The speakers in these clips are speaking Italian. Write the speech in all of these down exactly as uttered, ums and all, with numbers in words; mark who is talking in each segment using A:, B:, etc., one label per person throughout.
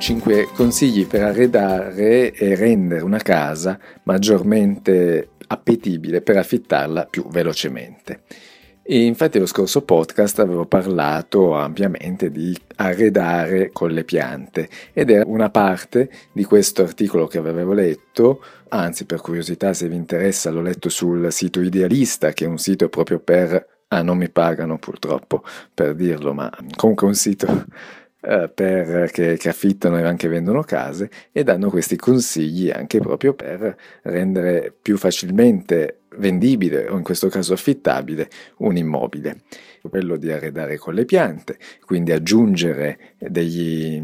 A: cinque consigli per arredare e rendere una casa maggiormente appetibile per affittarla più velocemente. E infatti lo scorso podcast avevo parlato ampiamente di arredare con le piante ed era una parte di questo articolo che avevo letto, anzi per curiosità se vi interessa l'ho letto sul sito Idealista, che è un sito proprio per... ah non mi pagano purtroppo per dirlo, ma comunque è un sito eh, per, che, che affittano e anche vendono case e danno questi consigli anche proprio per rendere più facilmente vendibile o in questo caso affittabile un immobile. Quello di arredare con le piante, quindi aggiungere degli,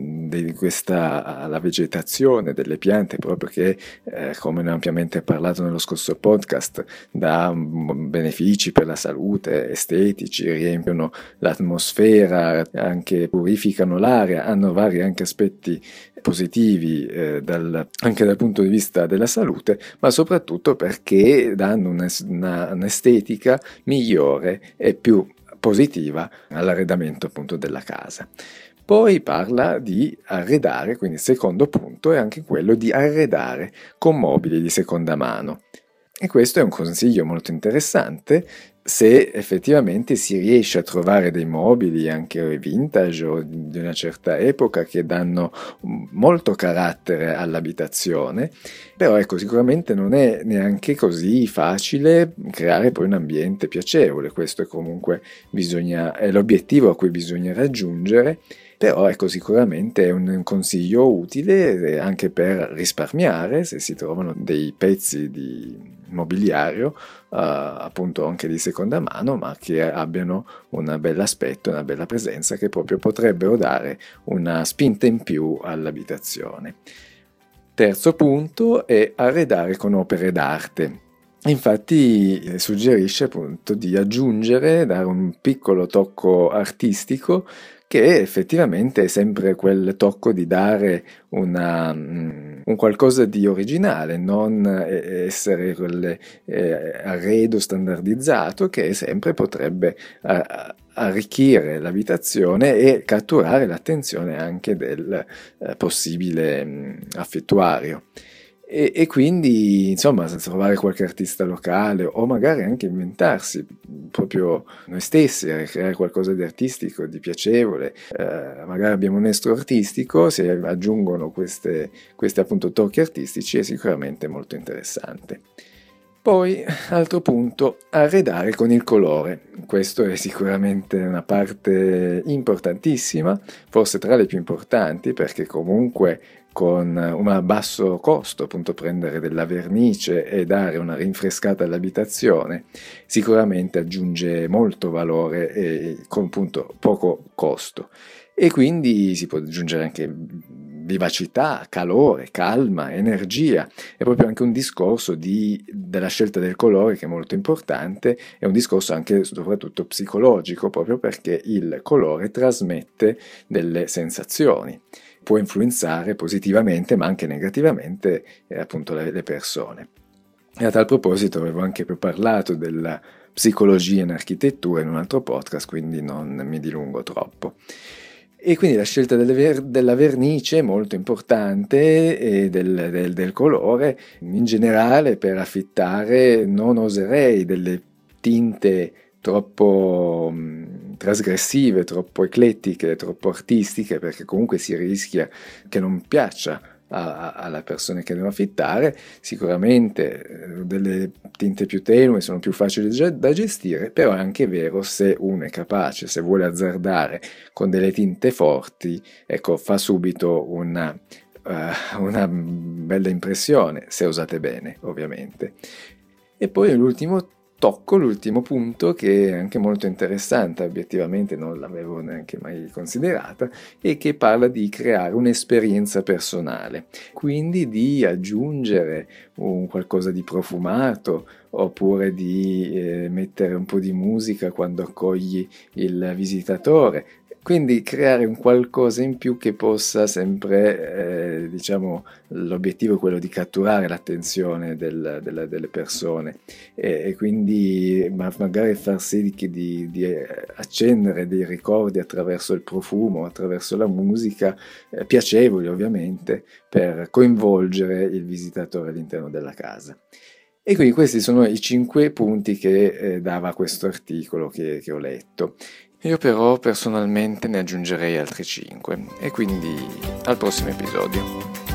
A: di questa alla vegetazione delle piante proprio che eh, come ne ho ampiamente parlato nello scorso podcast dà benefici per la salute, estetici, riempiono l'atmosfera, anche purificano l'aria, hanno vari anche aspetti positivi eh, dal, anche dal punto di vista della salute, ma soprattutto perché danno una, una, un'estetica migliore e più positiva all'arredamento appunto della casa. Poi parla di arredare, quindi il secondo punto è anche quello di arredare con mobili di seconda mano. E questo è un consiglio molto interessante se effettivamente si riesce a trovare dei mobili anche vintage o di una certa epoca che danno molto carattere all'abitazione, però ecco sicuramente non è neanche così facile creare poi un ambiente piacevole, questo è comunque bisogna, è l'obiettivo a cui bisogna raggiungere. Però ecco sicuramente è un consiglio utile anche per risparmiare se si trovano dei pezzi di mobiliario uh, appunto anche di seconda mano ma che abbiano un bel aspetto, una bella presenza che proprio potrebbero dare una spinta in più all'abitazione. Terzo punto è arredare con opere d'arte. Infatti suggerisce appunto di aggiungere, dare un piccolo tocco artistico che effettivamente è sempre quel tocco di dare una, un qualcosa di originale, non essere quel eh, arredo standardizzato che sempre potrebbe eh, arricchire l'abitazione e catturare l'attenzione anche del eh, possibile mh, affittuario. E, e quindi insomma trovare qualche artista locale o magari anche inventarsi proprio noi stessi, creare qualcosa di artistico, di piacevole, eh, magari abbiamo un estro artistico, si aggiungono queste, questi appunto tocchi artistici è sicuramente molto interessante. Poi, altro punto, arredare con il colore. Questo è sicuramente una parte importantissima, forse tra le più importanti, perché comunque con un basso costo, appunto prendere della vernice e dare una rinfrescata all'abitazione, sicuramente aggiunge molto valore e con appunto poco costo. E quindi si può aggiungere anche vivacità, calore, calma, energia. È proprio anche un discorso di, della scelta del colore che è molto importante, è un discorso anche soprattutto psicologico, proprio perché il colore trasmette delle sensazioni, può influenzare positivamente ma anche negativamente eh, appunto le, le persone. E a tal proposito avevo anche più parlato della psicologia in architettura in un altro podcast, quindi non mi dilungo troppo. E quindi la scelta delle ver- della vernice è molto importante e del, del, del colore. In generale per affittare non oserei delle tinte troppo mh, trasgressive, troppo eclettiche, troppo artistiche, perché comunque si rischia che non piaccia alla persona che devono affittare. Sicuramente delle tinte più tenue sono più facili da gestire, però è anche vero se uno è capace, se vuole azzardare con delle tinte forti, ecco, fa subito una, uh, una bella impressione, se usate bene ovviamente. E poi l'ultimo tocco, l'ultimo punto che è anche molto interessante, obiettivamente non l'avevo neanche mai considerata, e che parla di creare un'esperienza personale, quindi di aggiungere un qualcosa di profumato oppure di eh, mettere un po' di musica quando accogli il visitatore. Quindi creare un qualcosa in più che possa sempre, eh, diciamo, l'obiettivo è quello di catturare l'attenzione del- della- delle persone e, e quindi ma- magari far sì di, di- di, eh, accendere dei ricordi attraverso il profumo, attraverso la musica, eh, piacevoli ovviamente, per coinvolgere il visitatore all'interno della casa. E quindi questi sono i cinque punti che eh, dava questo articolo che che ho letto. Io però personalmente ne aggiungerei altri cinque e quindi al prossimo episodio.